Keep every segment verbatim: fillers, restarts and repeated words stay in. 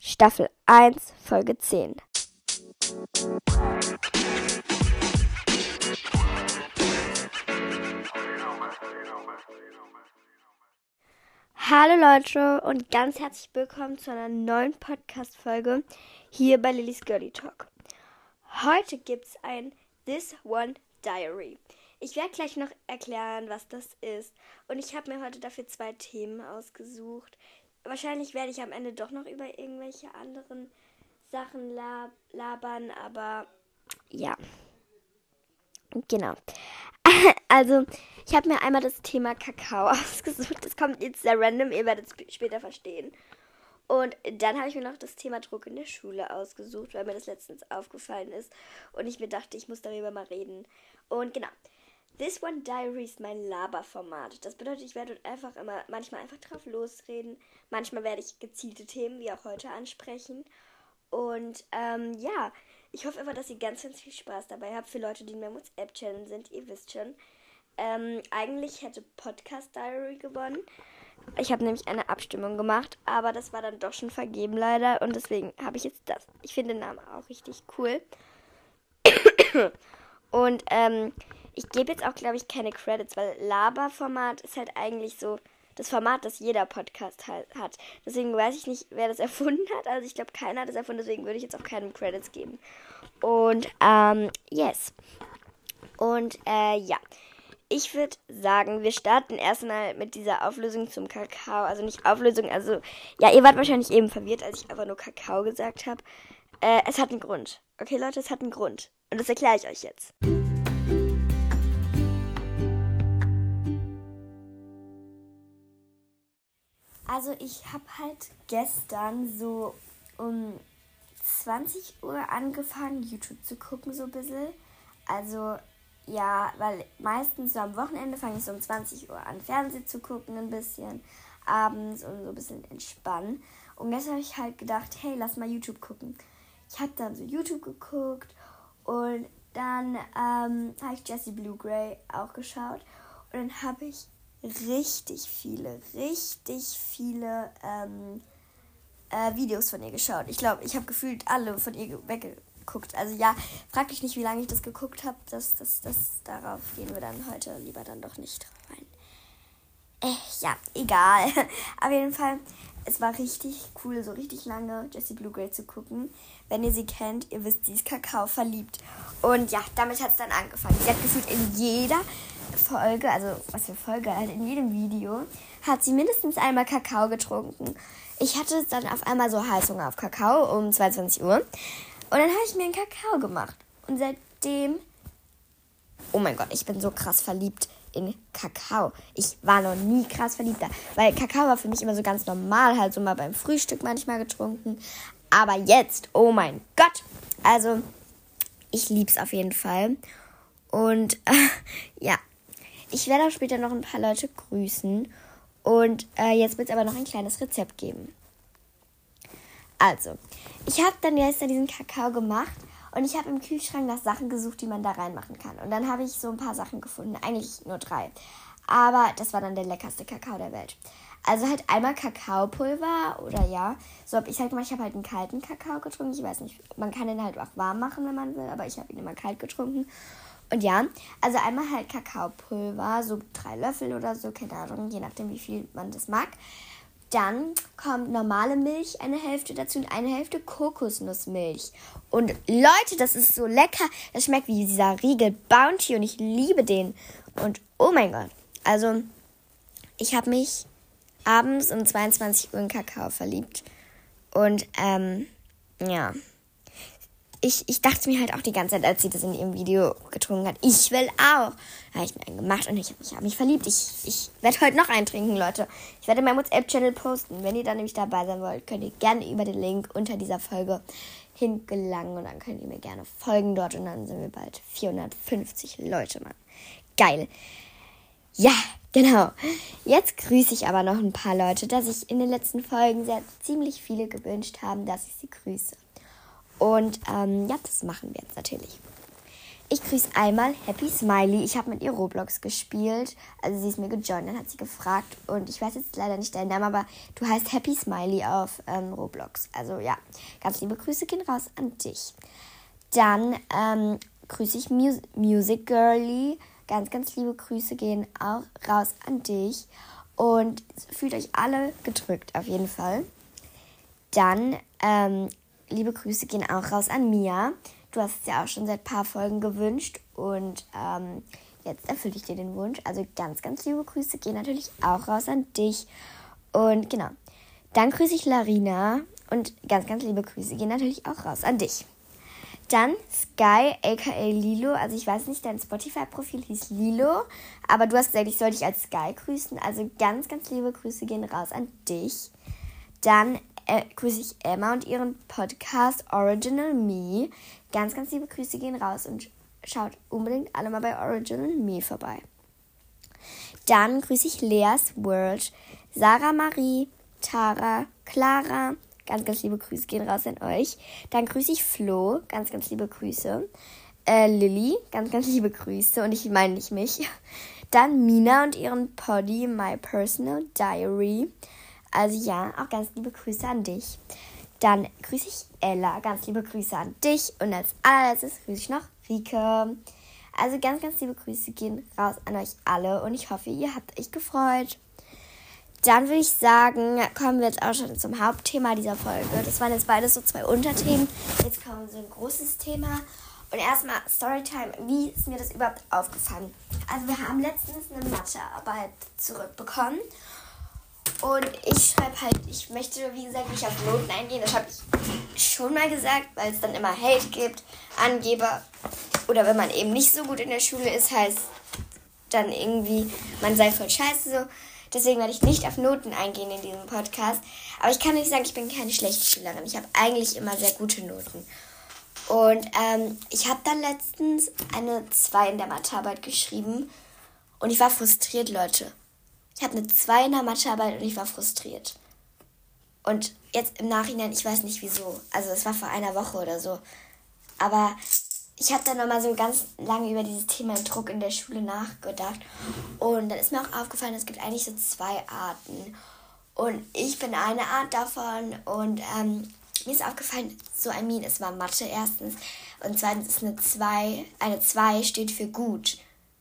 Staffel eins, Folge zehn. Hallo Leute und ganz herzlich willkommen zu einer neuen Podcast-Folge hier bei Lillys Girly Talk. Heute gibt es ein This One Diary. Ich werde gleich noch erklären, was das ist. Und ich habe mir heute dafür zwei Themen ausgesucht. Wahrscheinlich werde ich am Ende doch noch über irgendwelche anderen Sachen lab- labern, aber ja. Genau. Also, ich habe mir einmal das Thema Kakao ausgesucht. Das kommt jetzt sehr random, ihr werdet es später verstehen. Und dann habe ich mir noch das Thema Druck in der Schule ausgesucht, weil mir das letztens aufgefallen ist. Und ich mir dachte, ich muss darüber mal reden. Und genau. This One Diary ist mein Laberformat. Das bedeutet, ich werde einfach immer, manchmal einfach drauf losreden. Manchmal werde ich gezielte Themen, wie auch heute, ansprechen. Und ähm, ja, ich hoffe einfach, dass ihr ganz, ganz viel Spaß dabei habt. Für Leute, die in meinem WhatsApp-Channel sind, ihr wisst schon. Ähm, eigentlich hätte Podcast Diary gewonnen. Ich habe nämlich eine Abstimmung gemacht, aber das war dann doch schon vergeben leider. Und deswegen habe ich jetzt das. Ich finde den Namen auch richtig cool. Und ähm, ich gebe jetzt auch, glaube ich, keine Credits, weil Laberformat ist halt eigentlich so das Format, das jeder Podcast halt hat. Deswegen weiß ich nicht, wer das erfunden hat. Also ich glaube, keiner hat das erfunden, deswegen würde ich jetzt auch keinem Credits geben. Und, ähm, yes. Und, äh, ja. Ich würde sagen, wir starten erstmal mit dieser Auflösung zum Kakao. Also nicht Auflösung, also, ja, ihr wart wahrscheinlich eben verwirrt, als ich einfach nur Kakao gesagt habe. Äh, es hat einen Grund. Okay, Leute, es hat einen Grund. Und das erkläre ich euch jetzt. Also ich habe halt gestern so um zwanzig Uhr angefangen, YouTube zu gucken, so ein bisschen. Also ja, weil meistens so am Wochenende fange ich so um zwanzig Uhr an, Fernsehen zu gucken ein bisschen, abends und so ein bisschen entspannen. Und gestern habe ich halt gedacht, hey, lass mal YouTube gucken. Ich habe dann so YouTube geguckt und dann ähm, habe ich Jessie Blue Grey auch geschaut. Und dann habe ich richtig viele, richtig viele ähm, äh, Videos von ihr geschaut. Ich glaube, ich habe gefühlt alle von ihr weggeguckt. Also ja, frag mich nicht, wie lange ich das geguckt habe. Das, das, das, darauf gehen wir dann heute lieber dann doch nicht drauf ein. Äh, ja, egal. Auf jeden Fall, es war richtig cool, so richtig lange Jessie Blue Grey zu gucken. Wenn ihr sie kennt, ihr wisst, sie ist Kakao verliebt. Und ja, damit hat es dann angefangen. Sie hat gefühlt in jeder Folge, also was für Folge, halt in jedem Video, hat sie mindestens einmal Kakao getrunken. Ich hatte dann auf einmal so Heißhunger auf Kakao um zweiundzwanzig Uhr. Und dann habe ich mir einen Kakao gemacht. Und seitdem, oh mein Gott, ich bin so krass verliebt in Kakao. Ich war noch nie krass verliebter, weil Kakao war für mich immer so ganz normal, halt so mal beim Frühstück manchmal getrunken. Aber jetzt, oh mein Gott, also ich lieb's auf jeden Fall. Und äh, ja, ich werde auch später noch ein paar Leute grüßen. Und äh, jetzt wird es aber noch ein kleines Rezept geben. Also, ich habe dann gestern diesen Kakao gemacht. Und ich habe im Kühlschrank nach Sachen gesucht, die man da reinmachen kann. Und dann habe ich so ein paar Sachen gefunden. Eigentlich nur drei. Aber das war dann der leckerste Kakao der Welt. Also halt einmal Kakaopulver oder ja. So habe ich halt gemacht. Ich habe halt einen kalten Kakao getrunken. Ich weiß nicht, man kann den halt auch warm machen, wenn man will. Aber ich habe ihn immer kalt getrunken. Und ja, also einmal halt Kakaopulver, so drei Löffel oder so, keine Ahnung, je nachdem, wie viel man das mag. Dann kommt normale Milch, eine Hälfte dazu und eine Hälfte Kokosnussmilch. Und Leute, das ist so lecker. Das schmeckt wie dieser Riegel Bounty und ich liebe den. Und oh mein Gott, also ich habe mich abends um zweiundzwanzig Uhr in Kakao verliebt. Und ähm, ja... Ich, ich dachte mir halt auch die ganze Zeit, als sie das in ihrem Video getrunken hat, ich will auch. Da habe ich mir einen gemacht und ich habe mich, hab mich verliebt. Ich, ich werde heute noch einen trinken, Leute. Ich werde meinen WhatsApp-Channel posten. Wenn ihr da nämlich dabei sein wollt, könnt ihr gerne über den Link unter dieser Folge hingelangen. Und dann könnt ihr mir gerne folgen dort. Und dann sind wir bald vierhundertfünfzig Leute, Mann. Geil. Ja, genau. Jetzt grüße ich aber noch ein paar Leute, dass sich in den letzten Folgen sehr ziemlich viele gewünscht haben, dass ich sie grüße. Und ähm, ja, das machen wir jetzt natürlich. Ich grüße einmal Happy Smiley. Ich habe mit ihr Roblox gespielt. Also sie ist mir gejoint, dann hat sie gefragt. Und ich weiß jetzt leider nicht deinen Namen, aber du heißt Happy Smiley auf ähm, Roblox. Also ja, ganz liebe Grüße gehen raus an dich. Dann ähm, grüße ich Mus- Music Girly. Ganz, ganz liebe Grüße gehen auch raus an dich. Und fühlt euch alle gedrückt auf jeden Fall. Dann ähm, liebe Grüße gehen auch raus an Mia. Du hast es ja auch schon seit ein paar Folgen gewünscht und ähm, jetzt erfülle ich dir den Wunsch. Also ganz, ganz liebe Grüße gehen natürlich auch raus an dich. Und genau, dann grüße ich Larina und ganz, ganz liebe Grüße gehen natürlich auch raus an dich. Dann Sky, aka Lilo. Also ich weiß nicht, dein Spotify-Profil hieß Lilo, aber du hast gesagt, ich soll dich als Sky grüßen. Also ganz, ganz liebe Grüße gehen raus an dich. Dann äh, grüße ich Emma und ihren Podcast Original Me. Ganz, ganz liebe Grüße gehen raus und schaut unbedingt alle mal bei Original Me vorbei. Dann grüße ich Leas World, Sarah Marie, Tara, Clara. Ganz, ganz liebe Grüße gehen raus an euch. Dann grüße ich Flo. Ganz, ganz liebe Grüße. Äh, Lilly. Ganz, ganz liebe Grüße. Und ich meine nicht mich. Dann Mina und ihren Poddy, My Personal Diary. Also ja, auch ganz liebe Grüße an dich. Dann grüße ich Ella. Ganz liebe Grüße an dich. Und als allerletztes grüße ich noch Rike. Also ganz, ganz liebe Grüße gehen raus an euch alle. Und ich hoffe, ihr habt euch gefreut. Dann würde ich sagen, kommen wir jetzt auch schon zum Hauptthema dieser Folge. Das waren jetzt beides so zwei Unterthemen. Jetzt kommen so ein großes Thema. Und erstmal Storytime. Wie ist mir das überhaupt aufgefallen? Also wir haben letztens eine Mathearbeit zurückbekommen. Und ich schreibe halt, ich möchte, wie gesagt, nicht auf Noten eingehen. Das habe ich schon mal gesagt, weil es dann immer Hate gibt, Angeber. Oder wenn man eben nicht so gut in der Schule ist, heißt dann irgendwie, man sei voll scheiße so. Deswegen werde ich nicht auf Noten eingehen in diesem Podcast. Aber ich kann nicht sagen, ich bin keine schlechte Schülerin. Ich habe eigentlich immer sehr gute Noten. Und ähm, ich habe dann letztens eine zwei in der Mathearbeit geschrieben. Und ich war frustriert, Leute. Ich habe eine zwei in der Mathearbeit und ich war frustriert. Und jetzt im Nachhinein, ich weiß nicht wieso. Also es war vor einer Woche oder so. Aber ich habe dann nochmal so ganz lange über dieses Thema Druck in der Schule nachgedacht. Und dann ist mir auch aufgefallen, es gibt eigentlich so zwei Arten. Und ich bin eine Art davon. Und ähm, mir ist aufgefallen, so I mean, es war Mathe erstens. Und zweitens ist eine zwei, eine zwei steht für gut.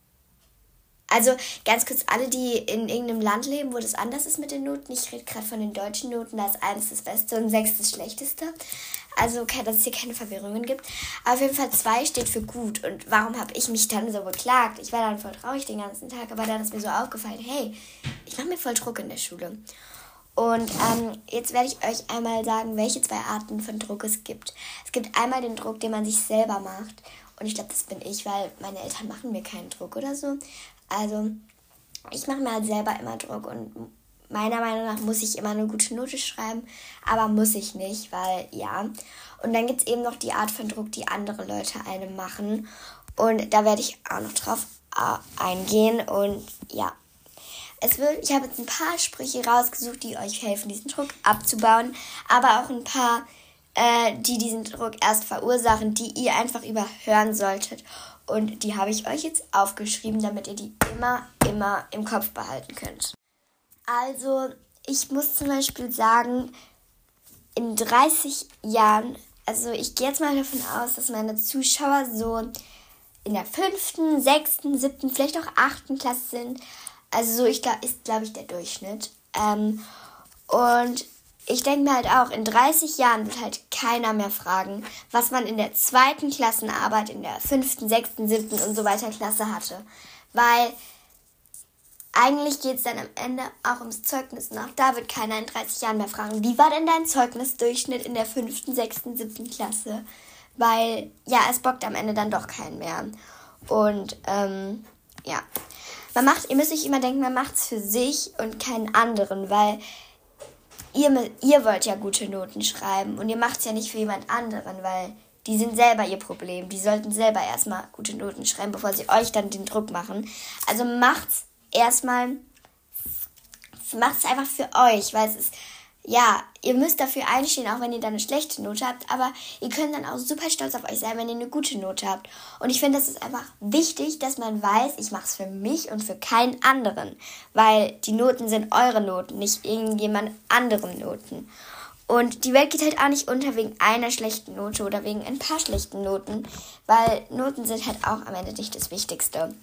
Also ganz kurz, alle, die in irgendeinem Land leben, wo das anders ist mit den Noten. Ich rede gerade von den deutschen Noten, da ist eins das Beste und sechs das Schlechteste. Also, dass es hier keine Verwirrungen gibt. Aber auf jeden Fall zwei steht für gut. Und warum habe ich mich dann so beklagt? Ich war dann voll traurig den ganzen Tag, aber dann ist mir so aufgefallen, hey, ich mache mir voll Druck in der Schule. Und ähm, jetzt werde ich euch einmal sagen, welche zwei Arten von Druck es gibt. Es gibt einmal den Druck, den man sich selber macht. Und ich glaube, das bin ich, weil meine Eltern machen mir keinen Druck oder so. Also, ich mache mir halt selber immer Druck und meiner Meinung nach muss ich immer eine gute Note schreiben, aber muss ich nicht, weil ja. Und dann gibt es eben noch die Art von Druck, die andere Leute einem machen. Und da werde ich auch noch drauf äh, eingehen. Und ja, es wird, ich habe jetzt ein paar Sprüche rausgesucht, die euch helfen, diesen Druck abzubauen, aber auch ein paar, äh, die diesen Druck erst verursachen, die ihr einfach überhören solltet. Und die habe ich euch jetzt aufgeschrieben, damit ihr die immer, immer im Kopf behalten könnt. Also, ich muss zum Beispiel sagen, in dreißig Jahren, also ich gehe jetzt mal davon aus, dass meine Zuschauer so in der fünften, sechsten, siebten, vielleicht auch achten Klasse sind. Also so ich glaub, ist, glaube ich, der Durchschnitt. Ähm, und ich denke mir halt auch, in dreißig Jahren wird halt keiner mehr fragen, was man in der zweiten Klassenarbeit, in der fünften, sechsten, siebten und so weiter Klasse hatte. Weil eigentlich geht es dann am Ende auch ums Zeugnis nach. Da wird keiner in dreißig Jahren mehr fragen, wie war denn dein Zeugnisdurchschnitt in der fünften, sechsten, siebten Klasse? Weil, ja, es bockt am Ende dann doch keinen mehr. Und, ähm, ja. Man macht, ihr müsst euch immer denken, man macht es für sich und keinen anderen, weil Ihr, ihr wollt ja gute Noten schreiben und ihr macht es ja nicht für jemand anderen, weil die sind selber ihr Problem. Die sollten selber erstmal gute Noten schreiben, bevor sie euch dann den Druck machen. Also macht's erstmal, macht's einfach für euch, weil es ist, ja, ihr müsst dafür einstehen, auch wenn ihr dann eine schlechte Note habt, aber ihr könnt dann auch super stolz auf euch sein, wenn ihr eine gute Note habt. Und ich finde, das ist einfach wichtig, dass man weiß, ich mache es für mich und für keinen anderen, weil die Noten sind eure Noten, nicht irgendjemand anderen Noten. Und die Welt geht halt auch nicht unter wegen einer schlechten Note oder wegen ein paar schlechten Noten, weil Noten sind halt auch am Ende nicht das Wichtigste.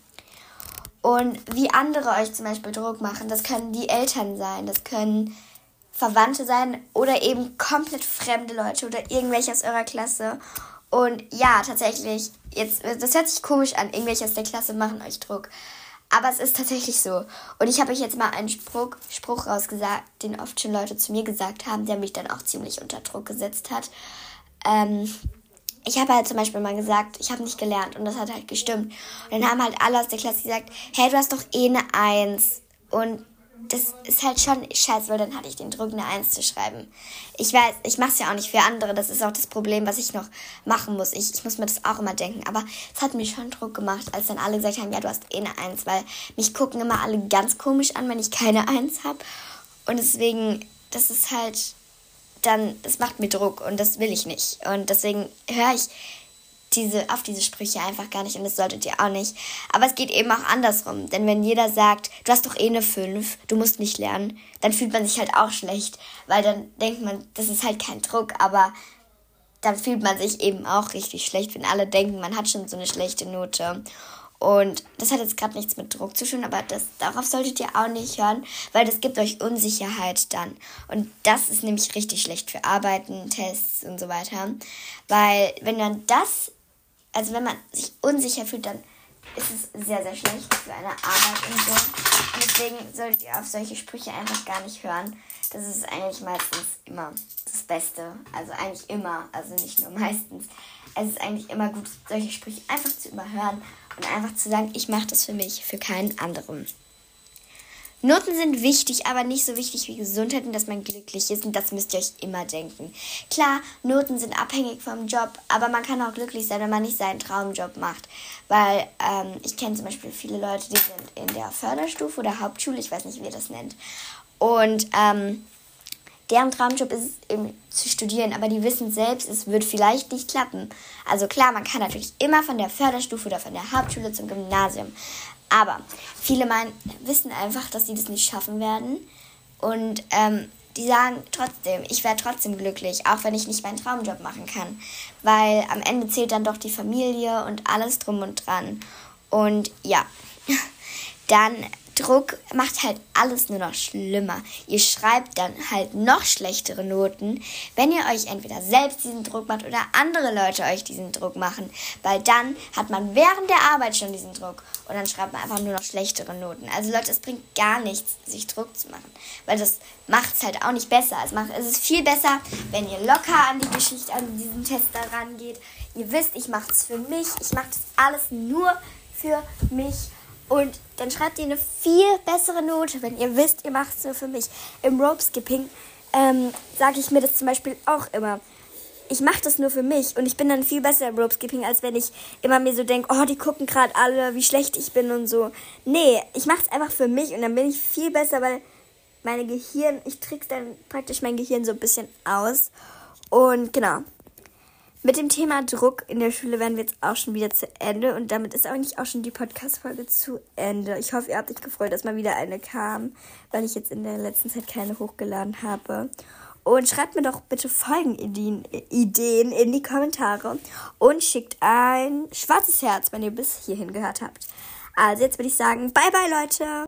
Und wie andere euch zum Beispiel Druck machen, das können die Eltern sein, das können Verwandte sein oder eben komplett fremde Leute oder irgendwelche aus eurer Klasse. Und ja, tatsächlich, jetzt, das hört sich komisch an, irgendwelche aus der Klasse machen euch Druck. Aber es ist tatsächlich so. Und ich habe euch jetzt mal einen Spruch, Spruch rausgesagt, den oft schon Leute zu mir gesagt haben, der mich dann auch ziemlich unter Druck gesetzt hat. Ähm, ich habe halt zum Beispiel mal gesagt, ich habe nicht gelernt und das hat halt gestimmt. Und dann haben halt alle aus der Klasse gesagt, hey, du hast doch eh eine Eins. Und das ist halt schon scheiße, weil dann hatte ich den Druck, eine Eins zu schreiben. Ich weiß, ich mache es ja auch nicht für andere. Das ist auch das Problem, was ich noch machen muss. Ich, ich muss mir das auch immer denken. Aber es hat mir schon Druck gemacht, als dann alle gesagt haben, ja, du hast eh eine Eins. Weil mich gucken immer alle ganz komisch an, wenn ich keine Eins habe. Und deswegen, das ist halt dann, das macht mir Druck und das will ich nicht. Und deswegen höre ich diese, auf diese Sprüche einfach gar nicht und das solltet ihr auch nicht. Aber es geht eben auch andersrum, denn wenn jeder sagt, du hast doch eh eine fünf, du musst nicht lernen, dann fühlt man sich halt auch schlecht, weil dann denkt man, das ist halt kein Druck, aber dann fühlt man sich eben auch richtig schlecht, wenn alle denken, man hat schon so eine schlechte Note. Und das hat jetzt gerade nichts mit Druck zu tun, aber das, darauf solltet ihr auch nicht hören, weil das gibt euch Unsicherheit dann. Und das ist nämlich richtig schlecht für Arbeiten, Tests und so weiter. Weil wenn man das, also wenn man sich unsicher fühlt, dann ist es sehr, sehr schlecht für eine Arbeit und so. Und deswegen solltet ihr auf solche Sprüche einfach gar nicht hören. Das ist eigentlich meistens immer das Beste. Also eigentlich immer, also nicht nur meistens. Es ist eigentlich immer gut, solche Sprüche einfach zu überhören und einfach zu sagen, ich mache das für mich, für keinen anderen. Noten sind wichtig, aber nicht so wichtig wie Gesundheit und dass man glücklich ist. Und das müsst ihr euch immer denken. Klar, Noten sind abhängig vom Job, aber man kann auch glücklich sein, wenn man nicht seinen Traumjob macht. Weil ähm, ich kenne zum Beispiel viele Leute, die sind in der Förderstufe oder Hauptschule, ich weiß nicht, wie ihr das nennt. Und ähm, deren Traumjob ist es eben zu studieren, aber die wissen selbst, es wird vielleicht nicht klappen. Also klar, man kann natürlich immer von der Förderstufe oder von der Hauptschule zum Gymnasium. Aber viele meinen, wissen einfach, dass sie das nicht schaffen werden. Und ähm, die sagen trotzdem, ich werde trotzdem glücklich, auch wenn ich nicht meinen Traumjob machen kann. Weil am Ende zählt dann doch die Familie und alles drum und dran. Und ja, dann Druck macht halt alles nur noch schlimmer. Ihr schreibt dann halt noch schlechtere Noten, wenn ihr euch entweder selbst diesen Druck macht oder andere Leute euch diesen Druck machen. Weil dann hat man während der Arbeit schon diesen Druck und dann schreibt man einfach nur noch schlechtere Noten. Also Leute, es bringt gar nichts, sich Druck zu machen, weil das macht es halt auch nicht besser. Es, macht, es ist viel besser, wenn ihr locker an die Geschichte, an diesen Test da rangeht. Ihr wisst, ich mache es für mich, ich mache das alles nur für mich. Und dann schreibt ihr eine viel bessere Note, wenn ihr wisst, ihr macht es nur für mich. Im Rope Skipping ähm, sage ich mir das zum Beispiel auch immer. Ich mache das nur für mich und ich bin dann viel besser im Rope Skipping, als wenn ich immer mir so denke, oh, die gucken gerade alle, wie schlecht ich bin und so. Nee, ich mache es einfach für mich und dann bin ich viel besser, weil meine Gehirn, ich trickse dann praktisch mein Gehirn so ein bisschen aus. Und genau. Mit dem Thema Druck in der Schule werden wir jetzt auch schon wieder zu Ende und damit ist eigentlich auch schon die Podcast-Folge zu Ende. Ich hoffe, ihr habt euch gefreut, dass mal wieder eine kam, weil ich jetzt in der letzten Zeit keine hochgeladen habe. Und schreibt mir doch bitte Folgenideen Ideen in die Kommentare und schickt ein schwarzes Herz, wenn ihr bis hierhin gehört habt. Also jetzt würde ich sagen, bye bye Leute!